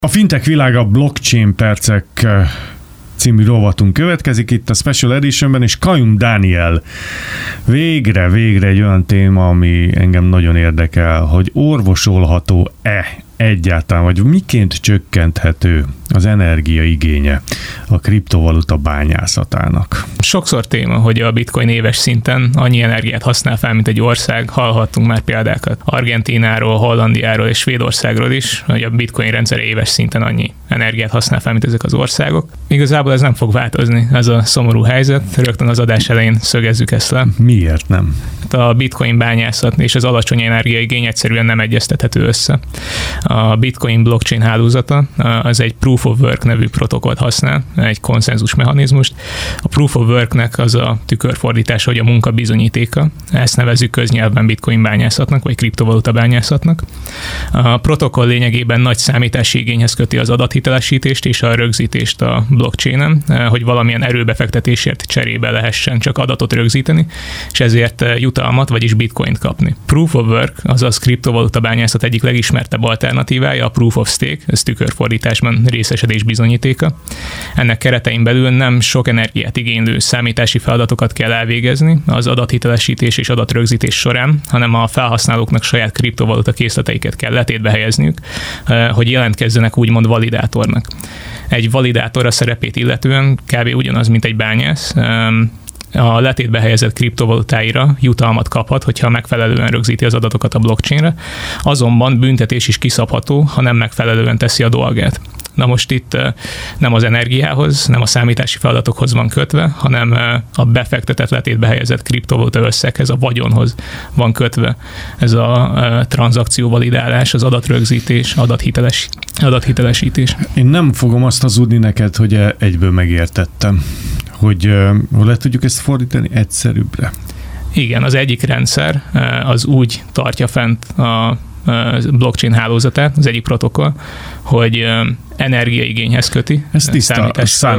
A fintech világa blockchain percek című rovatunk következik itt a Special Editionben, és Kajum Dániel végre egy olyan téma, ami engem nagyon érdekel, hogy orvosolható-e egyáltalán, vagy miként csökkenthető az energiaigénye a kriptovaluta bányászatának. Sokszor téma, hogy a bitcoin éves szinten annyi energiát használ fel, mint egy ország. Hallhattunk már példákat Argentínáról, Hollandiáról és Svédországról is, hogy a bitcoin rendszere éves szinten annyi energiát használ fel, mint ezek az országok. Igazából ez nem fog változni, ez a szomorú helyzet. Rögtön az adás elején szögezzük ezt le. Miért nem? A bitcoin bányászat és az alacsony energiaigény egyszerűen nem egyeztethető össze. A bitcoin blockchain hálózata az egy Proof of Work nevű protokollt használ, egy konszenzus mechanizmust. A Proof of Worknek az a tükörfordítása, hogy a munka bizonyítéka. Ezt nevezzük köznyelvben bitcoin bányászatnak, vagy kriptovaluta bányászatnak. A protokoll lényegében nagy számítási igényhez köti az adathitelesítést és a rögzítést a blockchainen, hogy valamilyen erőbefektetésért cserébe lehessen csak adatot rögzíteni, és ezért jutalmat, vagyis bitcoint kapni. Proof of Work, azaz kriptovaluta bányászat egyik legismertebb alternatívája, a Proof of Stake, ez tükörfordításban részesedés bizonyítéka. Ennek keretein belül nem sok energiát igénylő számítási feladatokat kell elvégezni az adathitelesítés és adatrögzítés során, hanem a felhasználóknak saját kriptovaluta készleteiket kell letétbe helyezniük, hogy jelentkezzenek úgymond validátornak. Egy validátor a szerepét illetően kb. Ugyanaz, mint egy bányász. A letétbe helyezett kriptovalutáira jutalmat kaphat, hogyha megfelelően rögzíti az adatokat a blockchainre, azonban büntetés is kiszabható, ha nem megfelelően teszi a dolgát. Na most itt nem az energiához, nem a számítási feladatokhoz van kötve, hanem a befektetett letétbe helyezett kriptovaluta összeghez, a vagyonhoz van kötve. Ez a tranzakcióvalidálás, az adatrögzítés, adathitelesítés. Én nem fogom azt hazudni neked, hogy egyből megértettem, hogy le tudjuk ezt fordítani egyszerűbbre. Igen, az egyik rendszer az úgy tartja fent a blockchain hálózatát, az egyik protokoll, hogy energiaigényhez köti. Ez tiszta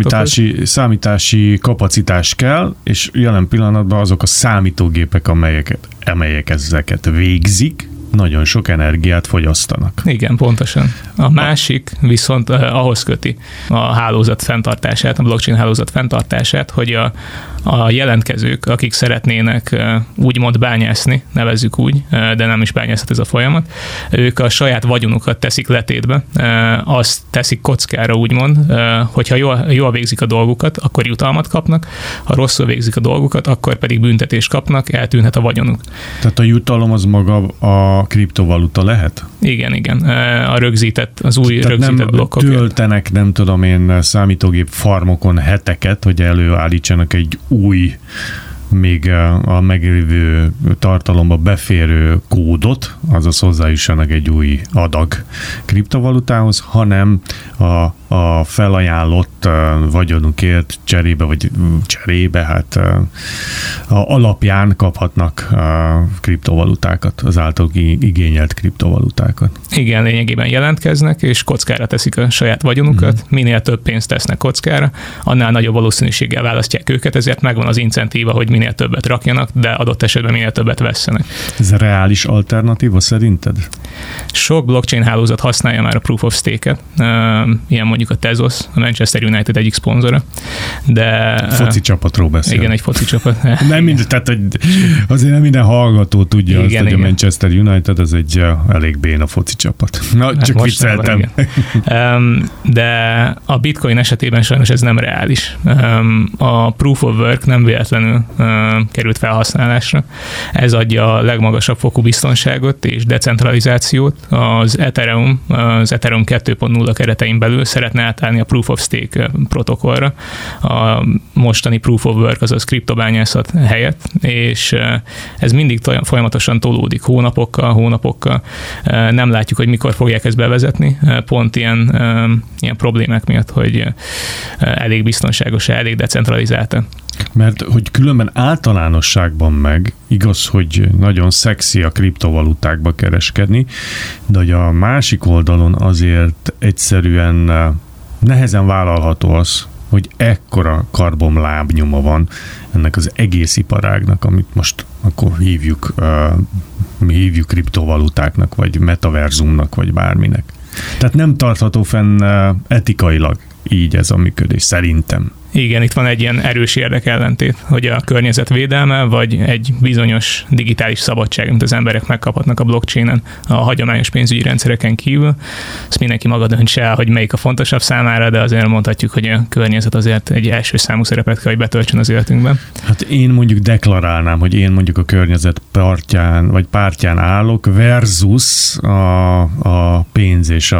számítási kapacitás kell, és jelen pillanatban azok a számítógépek, amelyek ezeket végzik, nagyon sok energiát fogyasztanak. Igen, pontosan. A másik viszont ahhoz köti a hálózat fenntartását, a blockchain hálózat fenntartását, hogy a jelentkezők, akik szeretnének úgymond bányászni, nevezzük úgy, de nem is bányászat ez a folyamat, ők a saját vagyonukat teszik letétbe, azt teszik kockára úgymond, hogyha jól végzik a dolgukat, akkor jutalmat kapnak, ha rosszul végzik a dolgukat, akkor pedig büntetést kapnak, eltűnhet a vagyonuk. Tehát a jutalom az maga a kriptovaluta lehet? Igen. Az új tehát rögzített blokkok. Töltenek, nem tudom én, számítógép farmokon heteket, hogy előállítsanak egy új, még a meglévő tartalomba beférő kódot, azaz hozzájussanak egy új adag kriptovalutához, hanem a felajánlott vagyonukért cserébe, alapján kaphatnak kriptovalutákat, az általuk igényelt kriptovalutákat. Igen, lényegében jelentkeznek, és kockára teszik a saját vagyonukat. Minél több pénzt tesznek kockára, annál nagyobb valószínűséggel választják őket, ezért megvan az incentíva, hogy minél többet rakjanak, de adott esetben minél többet vesszenek. Ez reális alternatíva szerinted? Sok blockchain hálózat használja már a Proof of Stake-et, ilyen mondjuk a Tezos, a Manchester United egyik szponzora, de... Foci csapatról beszél. Igen, egy foci csapat. Tehát azért nem minden hallgató tudja azt, hogy a Manchester United az egy elég béna foci csapat. Na, csak vicceltem. De a bitcoin esetében sajnos ez nem reális. A Proof of Work nem véletlenül került felhasználásra. Ez adja a legmagasabb fokú biztonságot és decentralizációt. Az Ethereum 2.0 keretein belül szeretne átállni a Proof of Stake protokollra. A mostani Proof of Work, azaz kriptobányászat helyett, és ez mindig folyamatosan tolódik hónapokkal. Nem látjuk, hogy mikor fogják ezt bevezetni, pont ilyen problémák miatt, hogy elég biztonságos, elég decentralizálta. Mert hogy különben általánosságban meg igaz, hogy nagyon szexi a kriptovalutákba kereskedni, de hogy a másik oldalon azért egyszerűen nehezen vállalható az, hogy ekkora karbonlábnyoma van ennek az egész iparágnak, amit most akkor hívjuk kriptovalutáknak, vagy metaverzumnak, vagy bárminek. Tehát nem tartható fenn etikailag így ez a működés, szerintem. Igen, itt van egy ilyen erős érdekellentét, hogy a környezetvédelme, vagy egy bizonyos digitális szabadság, amit az emberek megkaphatnak a blockchainen, a hagyományos pénzügyi rendszereken kívül. Ezt mindenki maga döntse el, hogy melyik a fontosabb számára, de azért mondhatjuk, hogy a környezet azért egy első számú szerepet kell, hogy betöltsön az életünkben. Hát én mondjuk deklarálnám, hogy én mondjuk a környezet pártján állok versus a pénz és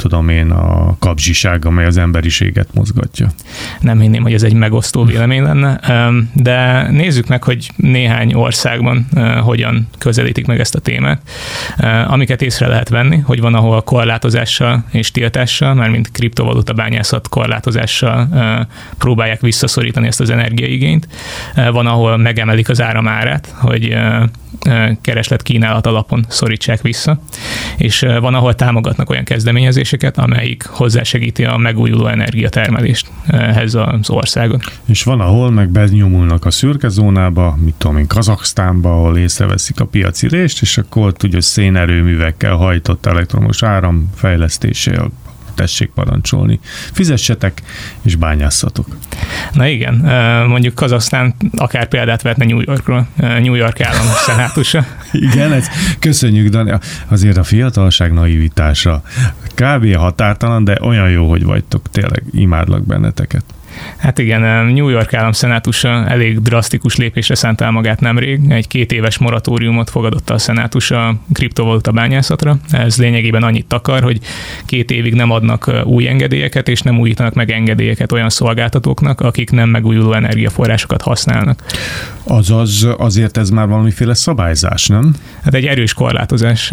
a kapzsiság, amely az emberiséget mozgatja. Nem hinném, hogy ez egy megosztó vélemény lenne, de nézzük meg, hogy néhány országban hogyan közelítik meg ezt a témát. Amiket észre lehet venni, hogy van, ahol korlátozással és tiltással, mármint kriptovaluta bányászat korlátozással próbálják visszaszorítani ezt az energiaigényt. Van, ahol megemelik az áramárát, hogy kereslet-kínálat alapon szorítsák vissza, és van, ahol támogatnak olyan kezdeményezéseket, amelyik hozzásegíti a megújuló energiatermelést ehhez az országon. És van, ahol meg benyomulnak a szürke zónába, mit tudom én, Kazaksztánba, ahol észreveszik a piaci rést, és akkor ugye szénerőművekkel hajtott elektromos áram fejlesztésével tessék parancsolni. Fizessetek, és bányászatok. Na igen, mondjuk Kazaksztán akár példát vetne New Yorkról, New York állam szenátusa. Igen, ezt köszönjük, Dani. Azért a fiatalság naivitása kb. Határtalan, de olyan jó, hogy vagytok, tényleg imádlak benneteket. Hát igen, New York állam szenátusa elég drasztikus lépésre szánta magát nemrég. Egy 2 éves moratóriumot fogadott a szenátus a kriptovaluta bányászatra. Ez lényegében annyit takar, hogy 2 évig nem adnak új engedélyeket, és nem újítanak meg engedélyeket olyan szolgáltatóknak, akik nem megújuló energiaforrásokat használnak. Azaz azért ez már valamiféle szabályzás, nem? Hát egy erős korlátozás.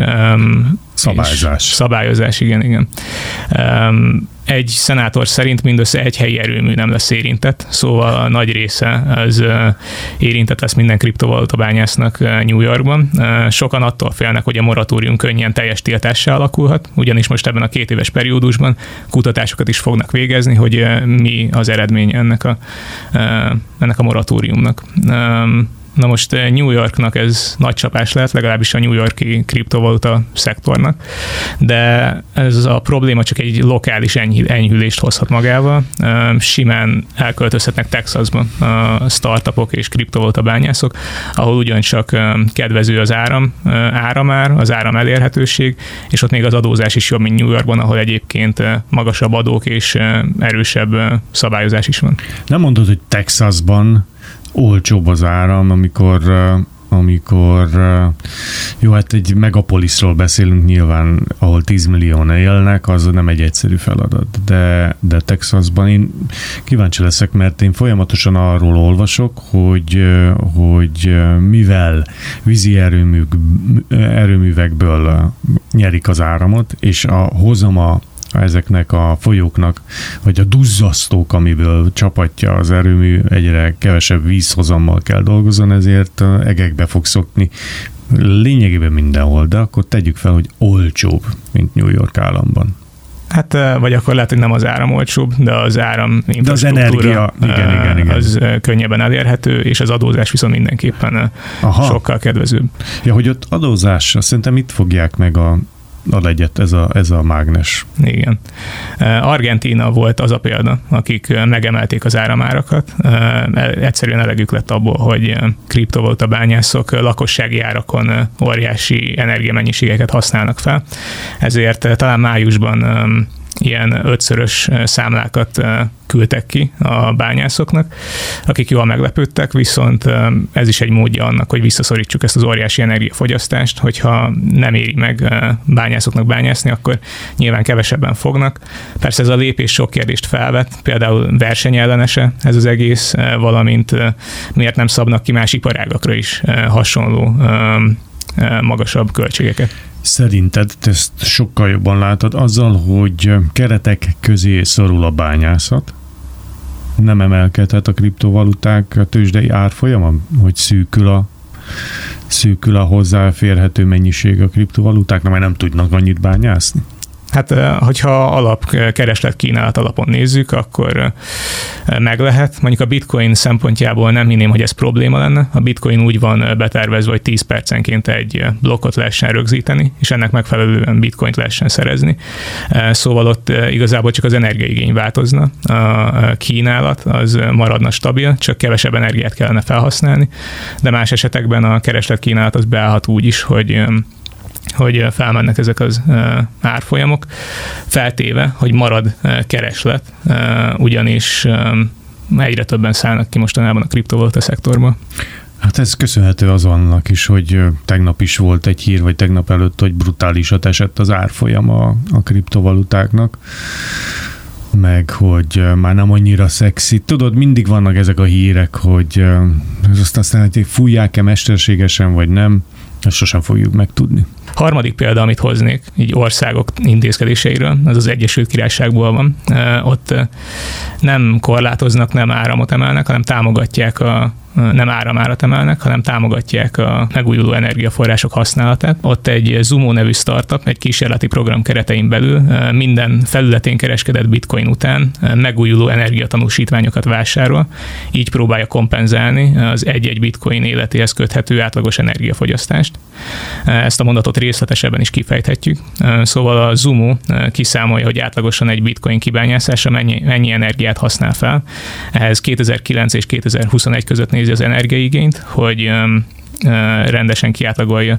Szabályozás, igen. Egy szenátor szerint mindössze egy helyi erőmű nem lesz érintett, szóval a nagy része az érintett lesz minden kriptovaluta bányásznak New Yorkban. Sokan attól félnek, hogy a moratórium könnyen teljes tiltássá alakulhat, ugyanis most ebben a 2 éves periódusban kutatásokat is fognak végezni, hogy mi az eredmény ennek a moratóriumnak. Na most New Yorknak ez nagy csapás lehet, legalábbis a New Yorki kriptovaluta szektornak, de ez a probléma csak egy lokális enyhülést hozhat magával. Simán elköltözhetnek Texasba a startupok és kriptovaluta bányászok, ahol ugyancsak kedvező az áramár, az áram elérhetőség, és ott még az adózás is jobb, mint New Yorkban, ahol egyébként magasabb adók és erősebb szabályozás is van. Nem mondod, hogy Texasban olcsóbb az áram, amikor jó, hát egy megapoliszról beszélünk nyilván, ahol 10 millióan élnek, az nem egy egyszerű feladat, de Texasban én kíváncsi leszek, mert én folyamatosan arról olvasok, hogy mivel vízi erőművekből nyerik az áramot, és a hozama ezeknek a folyóknak, vagy a duzzasztók, amiből csapatja az erőmű, egyre kevesebb vízhozammal kell dolgozni, ezért egekbe fog szokni lényegében mindenhol, de akkor tegyük fel, hogy olcsóbb, mint New York államban. Hát, vagy akkor lehet, hogy nem az áram olcsóbb, de az áram infrastruktúra, de az energia, igen. Az könnyebben elérhető, és az adózás viszont mindenképpen sokkal kedvezőbb. Ja, hogy ott adózásra, szerintem itt fogják meg a legyet ez a mágnes. Igen. Argentína volt az a példa, akik megemelték az áramárakat. Egyszerűen elegük lett abból, hogy kriptovaluta bányászok lakossági árakon óriási energiamennyiségeket használnak fel. Ezért talán májusban ilyen 5-szörös számlákat küldtek ki a bányászoknak, akik jól meglepődtek, viszont ez is egy módja annak, hogy visszaszorítsuk ezt az óriási energiafogyasztást, hogyha nem éri meg bányászoknak bányászni, akkor nyilván kevesebben fognak. Persze ez a lépés sok kérdést felvet, például versenyellenese ez az egész, valamint miért nem szabnak ki más iparágakra is hasonló magasabb költségeket. Szerinted ezt sokkal jobban látod azzal, hogy keretek közé szorul a bányászat? Nem emelkedhet a kriptovaluták a tőzsdei árfolyama, hogy szűkül a hozzáférhető mennyiség a kriptovalutáknak, mert nem tudnak annyit bányászni? Hát, hogyha alapkereslet kínálat alapon nézzük, akkor meg lehet. Mondjuk a bitcoin szempontjából nem hinném, hogy ez probléma lenne. A bitcoin úgy van betervezve, hogy 10 percenként egy blokkot lehessen rögzíteni, és ennek megfelelően bitcoint lehessen szerezni. Szóval ott igazából csak az energiaigény változna. A kínálat az maradna stabil, csak kevesebb energiát kellene felhasználni, de más esetekben a kereslet kínálat az beállhat úgy is, hogy felmennek ezek az árfolyamok, feltéve, hogy marad kereslet, ugyanis egyre többen szállnak ki mostanában a kriptovaluta szektorba. Hát ez köszönhető az annak is, hogy tegnap is volt egy hír, vagy tegnap előtt, hogy brutálisat esett az árfolyam a kriptovalutáknak, meg hogy már nem annyira szexi. Tudod, mindig vannak ezek a hírek, hogy aztán hogy fújják-e mesterségesen, vagy nem, ezt sosem fogjuk megtudni. Harmadik példa, amit hoznék, így országok intézkedéseiről, az az Egyesült Királyságból van. Ott nem korlátoznak, nem áramot emelnek, hanem támogatják nem áramárat emelnek, hanem támogatják a megújuló energiaforrások használatát. Ott egy Zumo nevű startup, egy kísérleti program keretein belül minden felületén kereskedett bitcoin után megújuló energiatanúsítványokat vásárol, így próbálja kompenzálni az egy-egy bitcoin életéhez köthető átlagos energiafogyasztást. Ezt a mondatot részletesebben is kifejthetjük. Szóval a Zumo kiszámolja, hogy átlagosan egy bitcoin kibányászása mennyi energiát használ fel. Ehhez 2009 és 2021 között nézi az energiaigényt, hogy rendesen kiátlagolja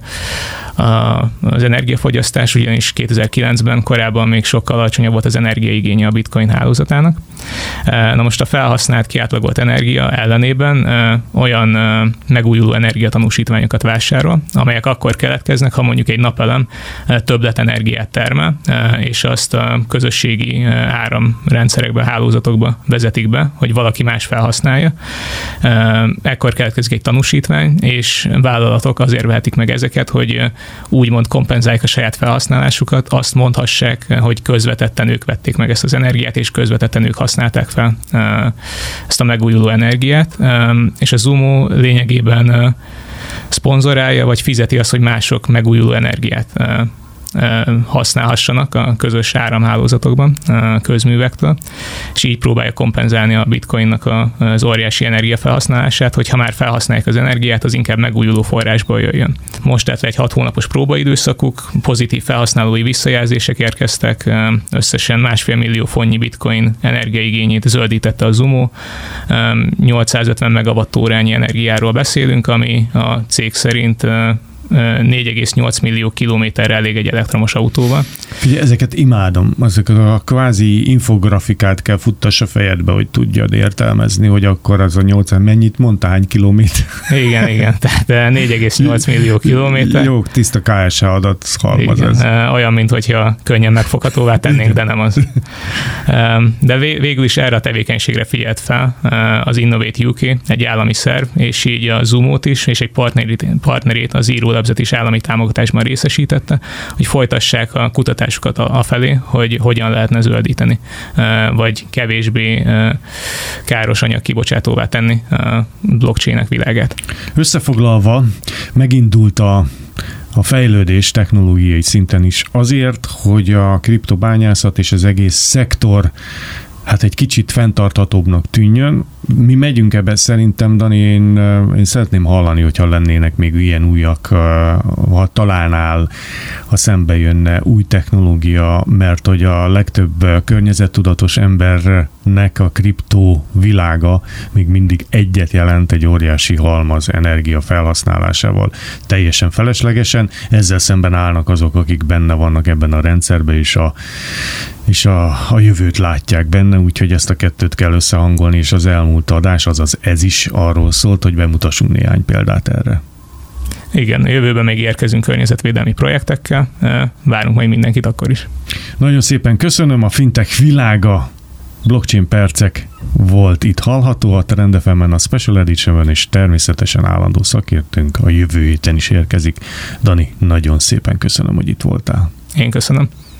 az energiafogyasztás, ugyanis 2009-ben korábban még sokkal alacsonyabb volt az energiaigénye a bitcoin hálózatának. Na most a felhasznált kiátlagolt energia ellenében olyan megújuló energiatanúsítványokat vásárol, amelyek akkor keletkeznek, ha mondjuk egy napelem többletenergiát termel, és azt a közösségi áramrendszerekbe, hálózatokba vezetik be, hogy valaki más felhasználja. Ekkor keletkezik egy tanúsítvány, és vállalatok azért vehetik meg ezeket, hogy úgymond kompenzálják a saját felhasználásukat, azt mondhassák, hogy közvetetten ők vették meg ezt az energiát, és közvetetten ők használták fel ezt a megújuló energiát, és a Zumo lényegében szponzorálja, vagy fizeti azt, hogy mások megújuló energiát használhassanak a közös áramhálózatokban, a közművektől, és így próbálja kompenzálni a bitcoinnak az óriási energiafelhasználását, hogy ha már felhasználják az energiát, az inkább megújuló forrásból jöjjön. Most lett egy 6 hónapos próbaidőszakuk, pozitív felhasználói visszajelzések érkeztek, összesen 1,5 millió fontnyi bitcoin energiaigényét zöldítette a Zumo, 850 megawattórányi energiáról beszélünk, ami a cég szerint 4,8 millió kilométerre elég egy elektromos autóval. Figyelj, ezeket imádom. Ezeket a kvázi infografikát kell futtassa fejedbe, hogy tudjad értelmezni, hogy akkor az a 8, mennyit mondta, hány kilométer? Igen. Tehát 4,8 millió kilométer. Jó, tiszta KSH adat halmaz ez. Olyan, mintha könnyen megfoghatóvá tennénk, de nem az. De végül is erre a tevékenységre figyelt fel az Innovate UK, egy állami szerv, és így a Zumót is, és egy partnerét, az írólapzat is állami támogatásban részesítette, hogy folytassák a kutatásukat afelé, hogy hogyan lehetne zöldíteni, vagy kevésbé káros anyag kibocsátóvá tenni a blockchainek világát. Összefoglalva, megindult a fejlődés technológiai szinten is azért, hogy a kriptobányászat és az egész szektor hát egy kicsit fenntarthatóbbnak tűnjön. Mi megyünk ebbe szerintem, Dani, én szeretném hallani, hogyha lennének még ilyen újak, ha találnál, ha szembe jönne új technológia, mert hogy a legtöbb környezettudatos embernek a kriptó világa még mindig egyet jelent, egy óriási halmaz energia felhasználásával. Teljesen feleslegesen, ezzel szemben állnak azok, akik benne vannak ebben a rendszerben, és a jövőt látják benne, úgyhogy ezt a kettőt kell összehangolni, és az elmúlt adás, azaz ez is arról szólt, hogy bemutassunk néhány példát erre. Igen, a jövőben még érkezünk környezetvédelmi projektekkel, várunk majd mindenkit akkor is. Nagyon szépen köszönöm, a fintech világa, blockchain percek volt itt hallható, a Trend FM-en, a Special Edition-ben, és természetesen állandó szakértőnk a jövő héten is érkezik. Dani, nagyon szépen köszönöm, hogy itt voltál. Én köszönöm.